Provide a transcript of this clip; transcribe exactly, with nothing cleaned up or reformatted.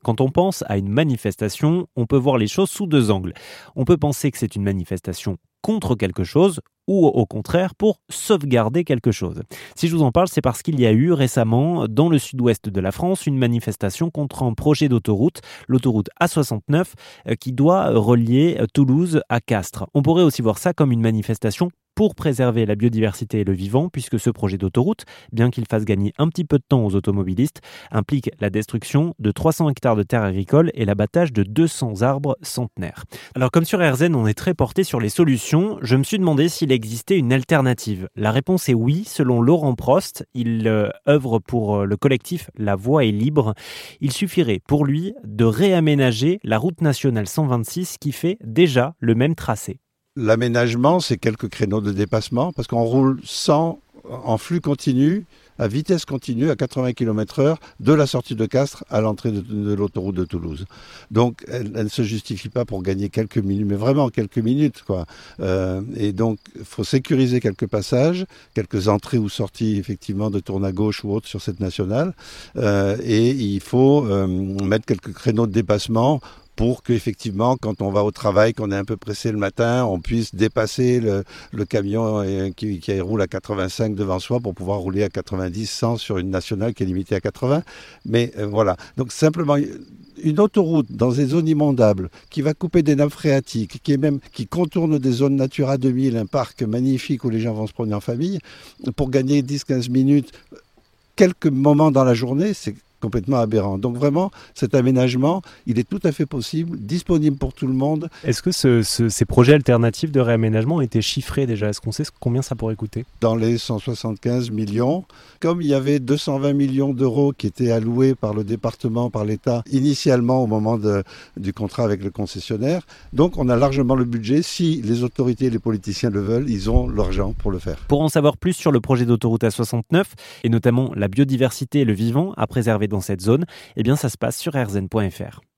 Quand on pense à une manifestation, on peut voir les choses sous deux angles. On peut penser que c'est une manifestation contre quelque chose ou au contraire pour sauvegarder quelque chose. Si je vous en parle, c'est parce qu'il y a eu récemment dans le sud-ouest de la France une manifestation contre un projet d'autoroute, l'autoroute A soixante-neuf, qui doit relier Toulouse à Castres. On pourrait aussi voir ça comme une manifestation pour préserver la biodiversité et le vivant, puisque ce projet d'autoroute, bien qu'il fasse gagner un petit peu de temps aux automobilistes, implique la destruction de trois cents hectares de terres agricoles et l'abattage de deux cents arbres centenaires. Alors comme sur R Z N, on est très porté sur les solutions, je me suis demandé s'il existait une alternative. La réponse est oui, selon Laurent Prost. Il euh, œuvre pour euh, le collectif La Voie est libre. Il suffirait pour lui de réaménager la route nationale cent vingt-six qui fait déjà le même tracé. L'aménagement, c'est quelques créneaux de dépassement parce qu'on roule sans, en flux continu, à vitesse continue, à quatre-vingts kilomètres heure, de la sortie de Castres à l'entrée de, de l'autoroute de Toulouse. Donc, elle, elle ne se justifie pas pour gagner quelques minutes, mais vraiment quelques minutes, quoi. Euh, et donc, il faut sécuriser quelques passages, quelques entrées ou sorties, effectivement, de tourne à gauche ou autre sur cette nationale. Euh, et il faut euh, mettre quelques créneaux de dépassement pour qu'effectivement, quand on va au travail, qu'on est un peu pressé le matin, on puisse dépasser le, le camion qui, qui roule à quatre-vingt-cinq devant soi pour pouvoir rouler à quatre-vingt-dix, cent sur une nationale qui est limitée à quatre-vingts. Mais euh, voilà, donc simplement une autoroute dans des zones inondables qui va couper des nappes phréatiques, qui, est même, qui contourne des zones Natura deux mille, un parc magnifique où les gens vont se promener en famille, pour gagner dix à quinze minutes, quelques moments dans la journée, c'est complètement aberrant. Donc vraiment, cet aménagement, il est tout à fait possible, disponible pour tout le monde. Est-ce que ce, ce, ces projets alternatifs de réaménagement ont été chiffrés déjà ? Est-ce qu'on sait combien ça pourrait coûter ? Dans les cent soixante-quinze millions, comme il y avait deux cent vingt millions d'euros qui étaient alloués par le département, par l'État, initialement au moment de, du contrat avec le concessionnaire, donc on a largement le budget. Si les autorités et les politiciens le veulent, ils ont l'argent pour le faire. Pour en savoir plus sur le projet d'autoroute A soixante-neuf, et notamment la biodiversité et le vivant à préserver dans cette zone, eh bien ça se passe sur r z n point f r.